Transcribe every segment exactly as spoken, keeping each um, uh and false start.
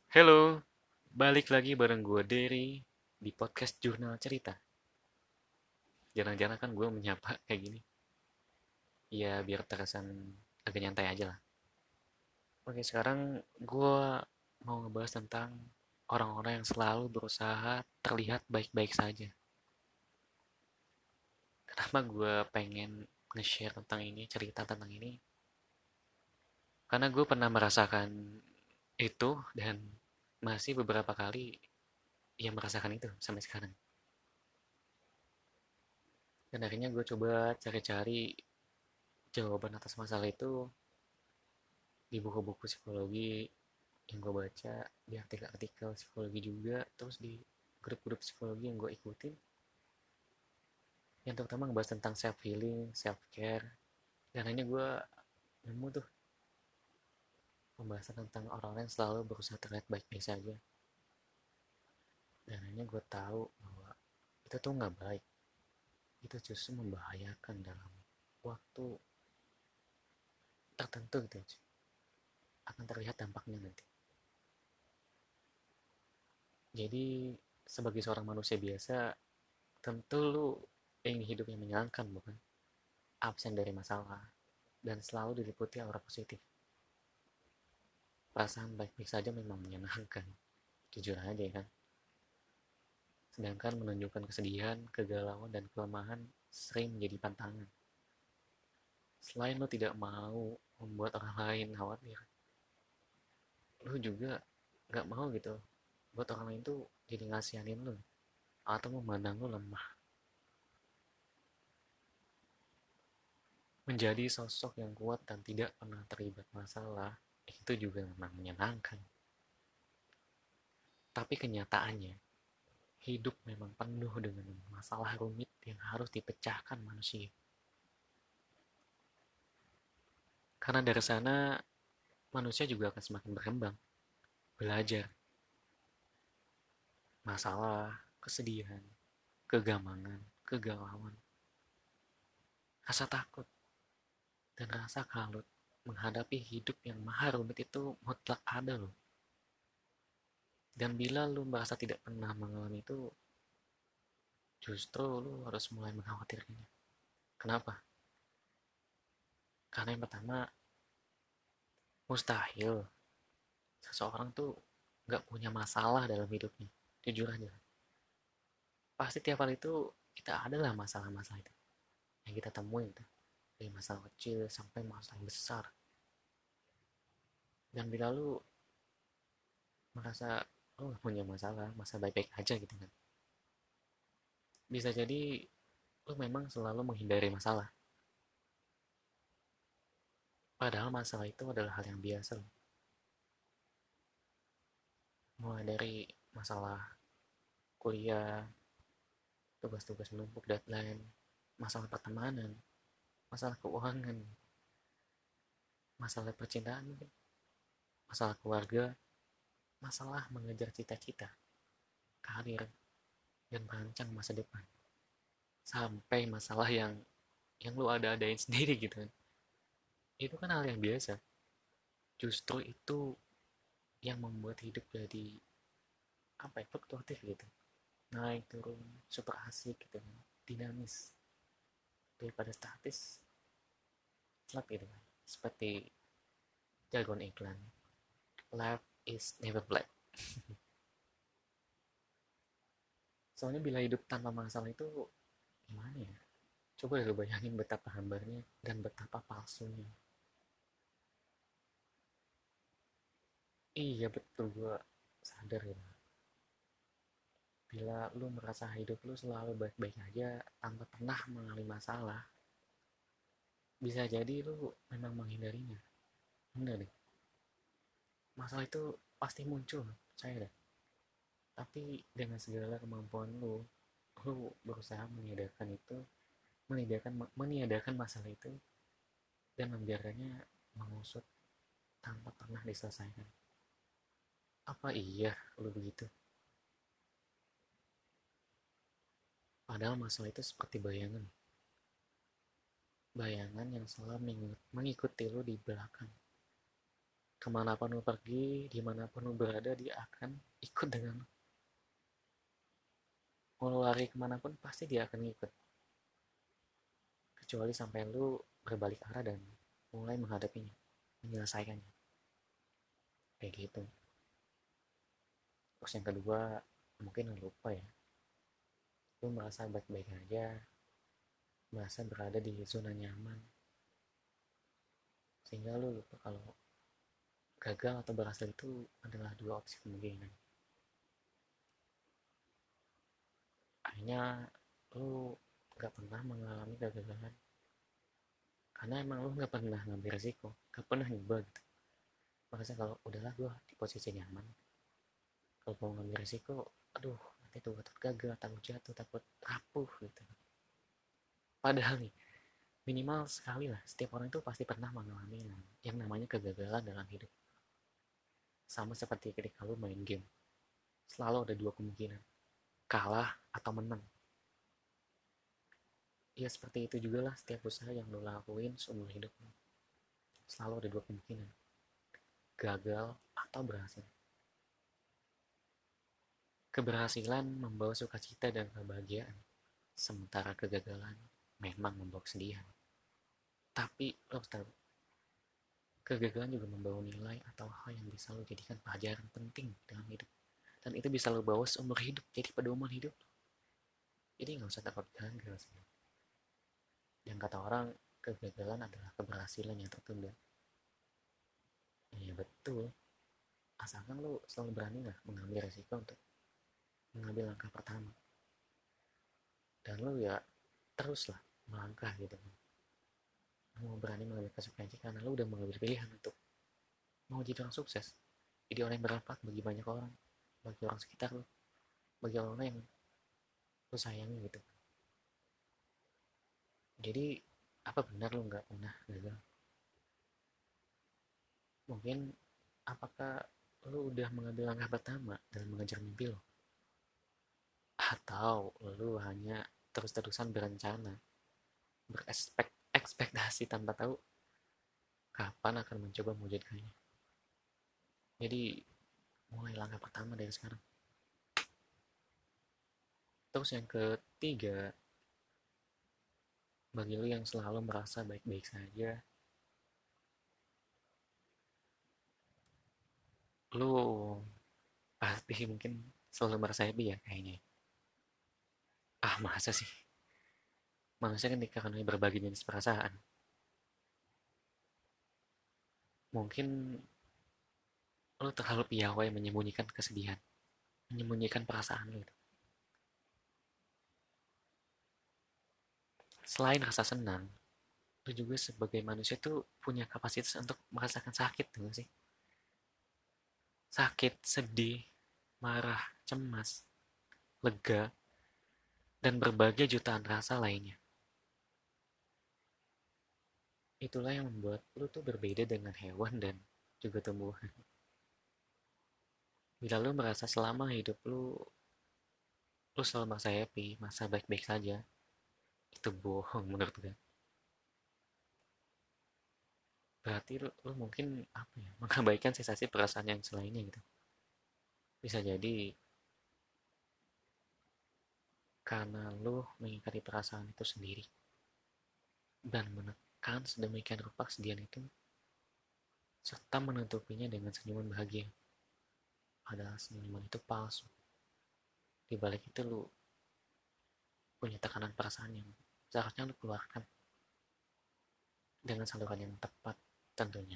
Halo, balik lagi bareng gue Derry di podcast Jurnal Cerita. Jarang-jarang kan gue menyapa kayak gini. Ya biar terkesan agak nyantai aja lah. Oke, sekarang gue mau ngebahas tentang orang-orang yang selalu berusaha terlihat baik-baik saja. Kenapa gue pengen nge-share tentang ini, cerita tentang ini? Karena gue pernah merasakan itu dan masih beberapa kali yang merasakan itu sampai sekarang. Dan akhirnya gue coba cari-cari jawaban atas masalah itu di buku-buku psikologi yang gue baca, di artikel-artikel psikologi juga, terus di grup-grup psikologi yang gue ikutin, yang terutama ngebahas tentang self healing, self care, dan hanya gue nemu tuh pembahasan tentang orang-orang yang selalu berusaha terlihat baik-baik saja, dan hanya gue tahu bahwa itu tuh nggak baik, itu justru membahayakan dalam waktu tertentu gitu aja, akan terlihat dampaknya nanti. Jadi sebagai seorang manusia biasa, tentu lu ingin hidup yang menyenangkan, bukan absen dari masalah, dan selalu diliputi aura positif. Perasaan baik-baik saja memang menyenangkan, jujur aja ya kan. Sedangkan menunjukkan kesedihan, kegalauan, dan kelemahan sering menjadi pantangan. Selain lo tidak mau membuat orang lain khawatir, lo juga gak mau gitu buat orang lain tuh jadi ngasihanin lo atau memandang lo lemah. Menjadi sosok yang kuat dan tidak pernah terlibat masalah itu juga memang menyenangkan. Tapi kenyataannya, hidup memang penuh dengan masalah rumit yang harus dipecahkan manusia. Karena dari sana, manusia juga akan semakin berkembang, belajar, masalah, kesedihan, kegamangan, kegalauan, rasa takut, dan rasa kalut menghadapi hidup yang maha rumit itu mutlak ada loh. Dan bila lu merasa tidak pernah mengalami itu, justru lu harus mulai mengkhawatirkannya. Kenapa? Karena yang pertama, mustahil seseorang tuh nggak punya masalah dalam hidupnya. Jujur aja. Pasti tiap hari itu kita adalah masalah-masalah itu yang kita temuin tuh. Dari masalah kecil sampai masalah yang besar. Dan bila lu merasa lu gak punya masalah, masa baik-baik aja gitu kan. Bisa jadi lu memang selalu menghindari masalah. Padahal masalah itu adalah hal yang biasa loh. Mulai dari masalah kuliah, tugas-tugas menumpuk, deadline, masalah pertemanan, masalah keuangan, masalah percintaan mungkin, masalah keluarga, masalah mengejar cita-cita, karir, dan merancang masa depan. Sampai masalah yang yang lu ada-adain sendiri gitu kan. Itu kan hal yang biasa. Justru itu yang membuat hidup jadi apa ya, fluktuatif gitu. Naik turun, super asik gitu kan. Dinamis. Daripada statis, flat gitu kan. Seperti jargon iklan. Life is never black. Soalnya bila hidup tanpa masalah itu gimana ya? Coba lu bayangin betapa hambarnya dan betapa palsunya. Iya betul, gue sadar ya. Bila lu merasa hidup lu selalu baik-baik aja tanpa pernah mengalami masalah, bisa jadi lu memang menghindarinya. Enggak deh, masalah itu pasti muncul, saya deh. Tapi dengan segala kemampuan lu, lu berusaha meniadakan itu, meniadakan meniadakan masalah itu dan membiarkannya mengusut tanpa pernah diselesaikan. Apa iya lu begitu? Padahal masalah itu seperti bayangan. Bayangan yang selalu mengikuti lu di belakang. Kemanapun lu pergi, dimanapun lu berada, dia akan ikut dengan lu. Mau lu lari kemanapun, pasti dia akan ikut. Kecuali sampai lu berbalik arah dan mulai menghadapinya, menyelesaikannya. Kayak gitu. Terus yang kedua, mungkin lu lupa ya. Lu merasa baik-baik aja, merasa berada di zona nyaman, sehingga lu lupa kalau gagal atau berhasil itu adalah dua opsi kemungkinan. Akhirnya lu gak pernah mengalami kegagalan karena emang lu gak pernah ngambil resiko, gak pernah nyoba gitu. Makanya kalau udahlah gue di posisi nyaman, kalau mau ngambil resiko, aduh nanti tuh takut gagal, takut jatuh, takut rapuh gitu. Padahal nih, minimal sekali lah, setiap orang itu pasti pernah mengalami yang namanya kegagalan dalam hidup. Sama seperti ketika lu main game, selalu ada dua kemungkinan, kalah atau menang. Ya seperti itu juga lah setiap usaha yang lo lakuin seumur hidup lo. Selalu ada dua kemungkinan, gagal atau berhasil. Keberhasilan membawa sukacita dan kebahagiaan, sementara kegagalan memang membawa kesedihan. Tapi lo harus tahu, kegagalan juga membawa nilai atau hal yang bisa lo jadikan pelajaran penting dalam hidup. Dan itu bisa lo bawa seumur hidup, jadi pedoman hidup. Jadi nggak usah takut gagal sih. Yang kata orang, kegagalan adalah keberhasilan yang tertunda. Iya betul, asalkan lo selalu berani lah mengambil resiko untuk mengambil langkah pertama. Dan lo ya teruslah melangkah gitu. Lo mau berani mengambil konsekuensi karena lo udah mengambil pilihan untuk mau jadi orang sukses, jadi orang yang bermanfaat bagi banyak orang, bagi orang sekitar lo, bagi orang yang lo sayangi gitu. Jadi apa benar lo nggak pernah gagal? Mungkin apakah lo udah mengambil langkah pertama dalam mengejar mimpi lo? Atau lo hanya terus-terusan berencana, berekspektasi tanpa tahu kapan akan mencoba mewujudkannya? Jadi mulai langkah pertama dari sekarang. Terus yang ketiga, bagi lu yang selalu merasa baik-baik saja, lu pasti mungkin selalu merasa happy ya kayaknya. Ah masa sih? Manusia kan dikatakan berbagi jenis perasaan. Mungkin lu terlalu piawai menyembunyikan kesedihan, menyembunyikan perasaan lu itu. Selain rasa senang, lu juga sebagai manusia tuh punya kapasitas untuk merasakan sakit tuh sih. Sakit, sedih, marah, cemas, lega, dan berbagai jutaan rasa lainnya. Itulah yang membuat lu tuh berbeda dengan hewan dan juga tumbuhan. Bila lu merasa selama hidup lu, lu selalu merasa happy, masa baik-baik saja, itu bohong menurut gue. Berarti lu, lu mungkin apa ya, mengabaikan sensasi perasaan yang selainnya gitu. Bisa jadi karena lu mengingkari perasaan itu sendiri dan menekan sedemikian rupa kesedihan itu serta menutupinya dengan senyuman bahagia. Padahal senyuman itu palsu. Di balik itu lu punya tekanan perasaan yang seharusnya lu keluarkan dengan saluran yang tepat tentunya.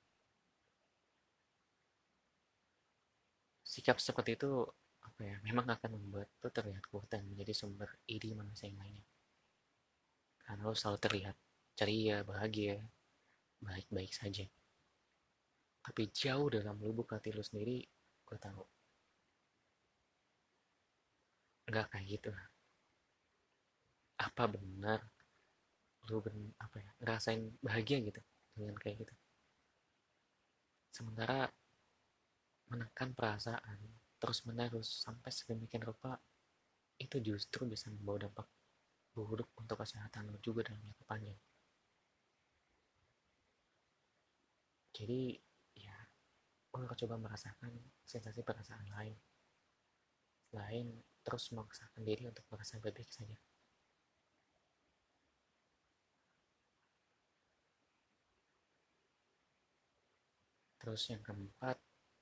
Sikap seperti itu apa ya, memang akan membuat lu terlihat kuat dan menjadi sumber ide manusia yang lainnya. Karena lu selalu terlihat ceria, bahagia, baik-baik saja. Tapi jauh dalam lubuk hati lu sendiri, gue tahu nggak kayak gitu. Apa benar lu ben, apa ya, ngerasain bahagia gitu dengan kayak gitu? Sementara menekan perasaan terus menerus sampai sedemikian rupa itu justru bisa membawa dampak buruk untuk kesehatan lo juga dalam jangka panjang. Jadi ya lo harus coba merasakan sensasi perasaan lain lain terus memaksakan diri untuk merasa baik-baik saja. Terus yang keempat,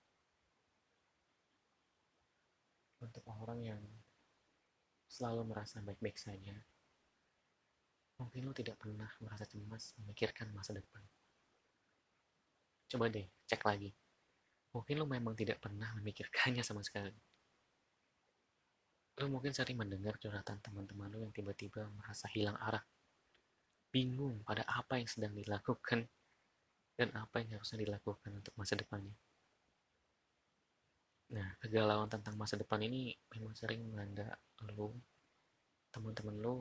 untuk orang yang selalu merasa baik-baik saja, mungkin lo tidak pernah merasa cemas memikirkan masa depan. Coba deh cek lagi, mungkin lo memang tidak pernah memikirkannya sama sekali. Lo mungkin sering mendengar curhatan teman-teman lo yang tiba-tiba merasa hilang arah, bingung pada apa yang sedang dilakukan dan apa yang harusnya dilakukan untuk masa depannya. Nah, kegalauan tentang masa depan ini memang sering melanda lo, teman-teman lo.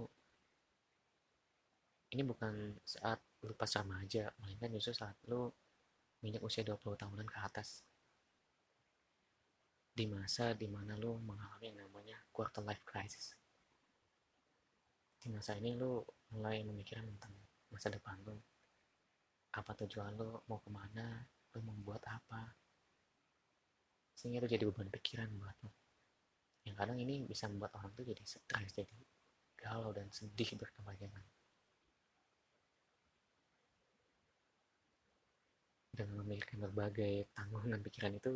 Ini bukan saat lo pas remaja, melainkan justru saat lo minyak usia dua puluh tahunan ke atas. Di masa dimana lo mengalami yang namanya quarter life crisis. Di masa ini lo mulai memikirkan tentang masa depan lo. Apa tujuan lo, mau kemana, lo mau buat apa. Sehingga itu jadi beban pikiran buat lo. Yang kadang ini bisa membuat orang tuh jadi stres, jadi galau dan sedih berkepanjangan. Dengan memikirkan berbagai tanggungan pikiran itu,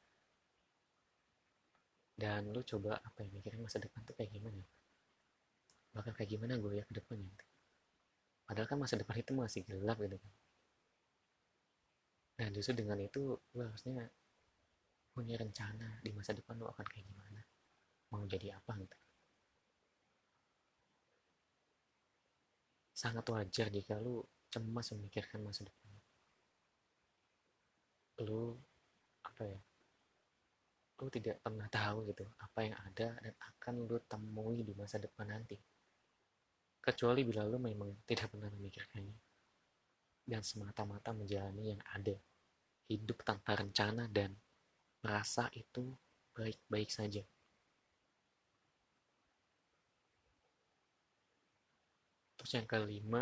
dan lu coba apa ya, mikirin masa depan tuh kayak gimana, bakal kayak gimana gue ya ke depannya. Padahal kan masa depan itu masih gelap gitu kan. Dan justru dengan itu lu harusnya punya rencana di masa depan lu akan kayak gimana, mau jadi apa gitu. Sangat wajar jika lu cemas memikirkan masa depan. Lu apa ya, lu tidak pernah tahu gitu apa yang ada dan akan lu temui di masa depan nanti, kecuali bila lu memang tidak pernah memikirkannya dan semata-mata menjalani yang ada, hidup tanpa rencana dan merasa itu baik-baik saja. Terus yang kelima,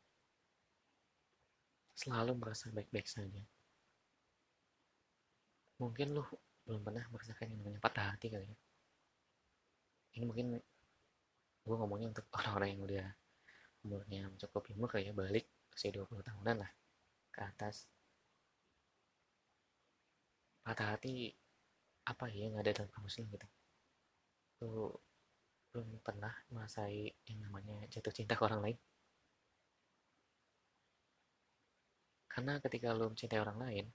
selalu merasa baik-baik saja. Mungkin lu belum pernah merasakan yang namanya patah hati kali ya. Ini mungkin gue ngomongnya untuk orang-orang yang udah umurnya cukup umur kali ya, balik usia dua puluh tahunan lah ke atas. Patah hati apa ya yang ada dalam kamus lu gitu. Lu belum pernah merasai yang namanya jatuh cinta ke orang lain. Karena ketika lu mencintai orang lain,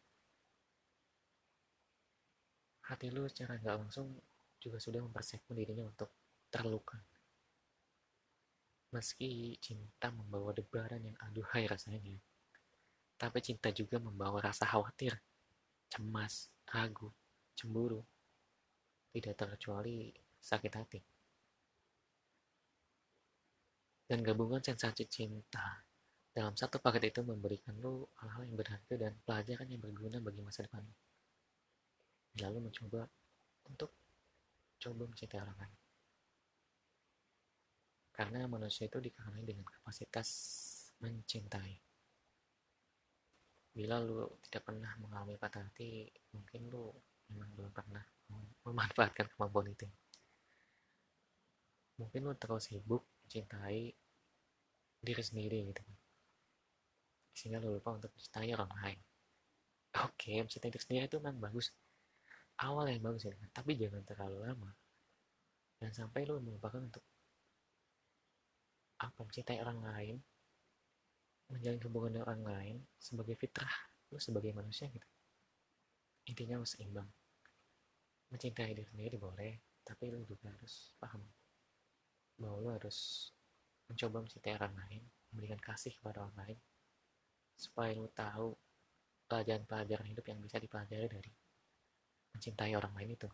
hati lu secara nggak langsung juga sudah mempersiapkan dirinya untuk terluka. Meski cinta membawa debaran yang aduhai rasanya, tapi cinta juga membawa rasa khawatir, cemas, ragu, cemburu, tidak terkecuali sakit hati. Dan gabungan sensasi cinta dalam satu paket itu memberikan lo hal-hal yang berharga dan pelajaran yang berguna bagi masa depan. Lalu mencoba untuk coba mencintai orang lain. Karena manusia itu dikaruniai dengan kapasitas mencintai. Bila lu tidak pernah mengalami patah hati, mungkin lu memang belum pernah memanfaatkan kemampuan itu. Mungkin lu terlalu sibuk mencintai diri sendiri gitu, sehingga lu lupa untuk mencintai orang lain. Oke, mencintai diri sendiri itu memang bagus, awal yang bagus ya, tapi jangan terlalu lama dan sampai lu melupakan untuk apa, mencintai orang lain, menjalin hubungan dengan orang lain sebagai fitrah lu sebagai manusia gitu. Intinya harus seimbang. Mencintai diri sendiri boleh, tapi lu juga harus paham bahwa lu harus mencoba mencintai orang lain, memberikan kasih kepada orang lain, supaya lu tahu pelajaran-pelajaran hidup yang bisa dipelajari dari mencintai orang lain itu.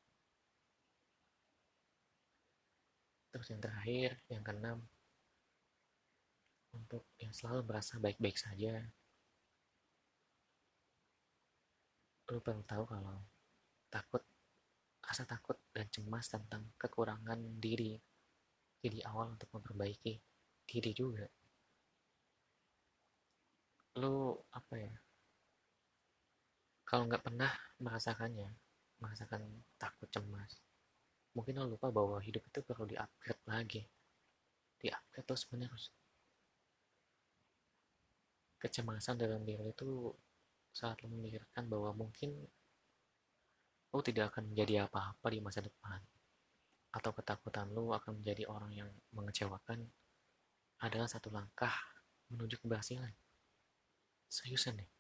Terus yang terakhir, yang keenam, untuk yang selalu merasa baik-baik saja, lu perlu tahu kalau takut, rasa takut dan cemas tentang kekurangan diri jadi awal untuk memperbaiki diri juga. Lu apa ya, Kalau nggak pernah merasakannya, merasakan takut cemas, mungkin lo lupa bahwa hidup itu perlu di-upgrade lagi, di-upgrade terus menerus. Kecemasan dalam diri itu saat lo memikirkan bahwa mungkin lo tidak akan menjadi apa-apa di masa depan, atau ketakutan lo akan menjadi orang yang mengecewakan adalah satu langkah menuju keberhasilan. Seriusan deh.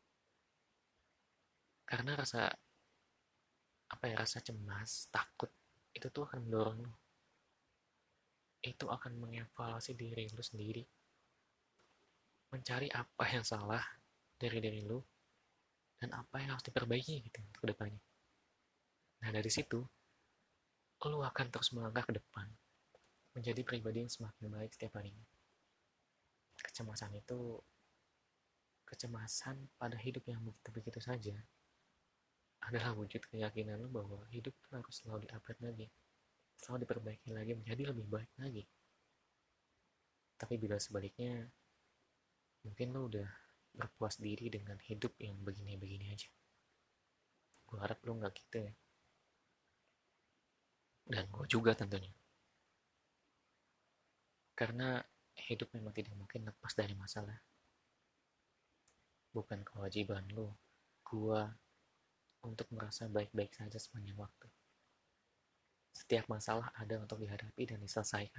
Karena rasa apa ya rasa cemas, takut itu tuh akan mendorong lo. Itu akan mengevaluasi diri lo sendiri, mencari apa yang salah dari diri lo dan apa yang harus diperbaiki gitu untuk kedepannya. Nah dari situ lo akan terus melangkah ke depan, menjadi pribadi yang semakin baik setiap harinya. Kecemasan itu kecemasan pada hidup yang begitu-begitu saja adalah wujud keyakinan lo bahwa hidup itu harus selalu di-upgrade lagi, selalu diperbaiki lagi menjadi lebih baik lagi. Tapi bila sebaliknya, mungkin lo udah berpuas diri dengan hidup yang begini-begini aja. Gue harap lo nggak gitu ya. Dan gue juga tentunya. Karena hidup memang tidak mungkin lepas dari masalah. Bukan kewajiban lo, gue, untuk merasa baik-baik saja sepanjang waktu. Setiap masalah ada untuk dihadapi dan diselesaikan.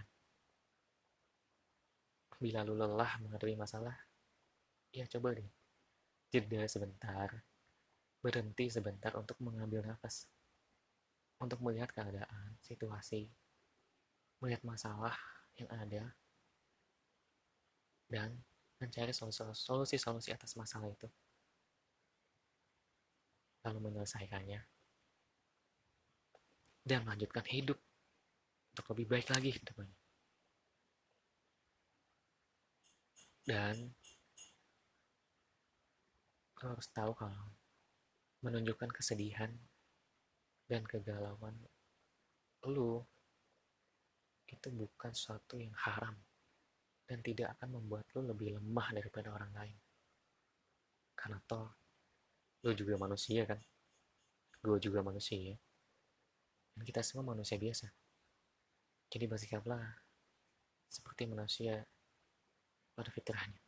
Bila lo lelah menghadapi masalah, ya coba deh, jeda sebentar, berhenti sebentar untuk mengambil nafas, untuk melihat keadaan, situasi, melihat masalah yang ada, dan mencari solusi-solusi atas masalah itu, lalu menyelesaikannya, dan melanjutkan hidup untuk lebih baik lagi ke depannya. Dan lo harus tahu kalau menunjukkan kesedihan dan kegalauan lo itu bukan sesuatu yang haram dan tidak akan membuat lo lebih lemah daripada orang lain. Karena toh lo juga manusia kan, gue juga manusia, dan kita semua manusia biasa. Jadi bersikaplah seperti manusia pada fitrahnya.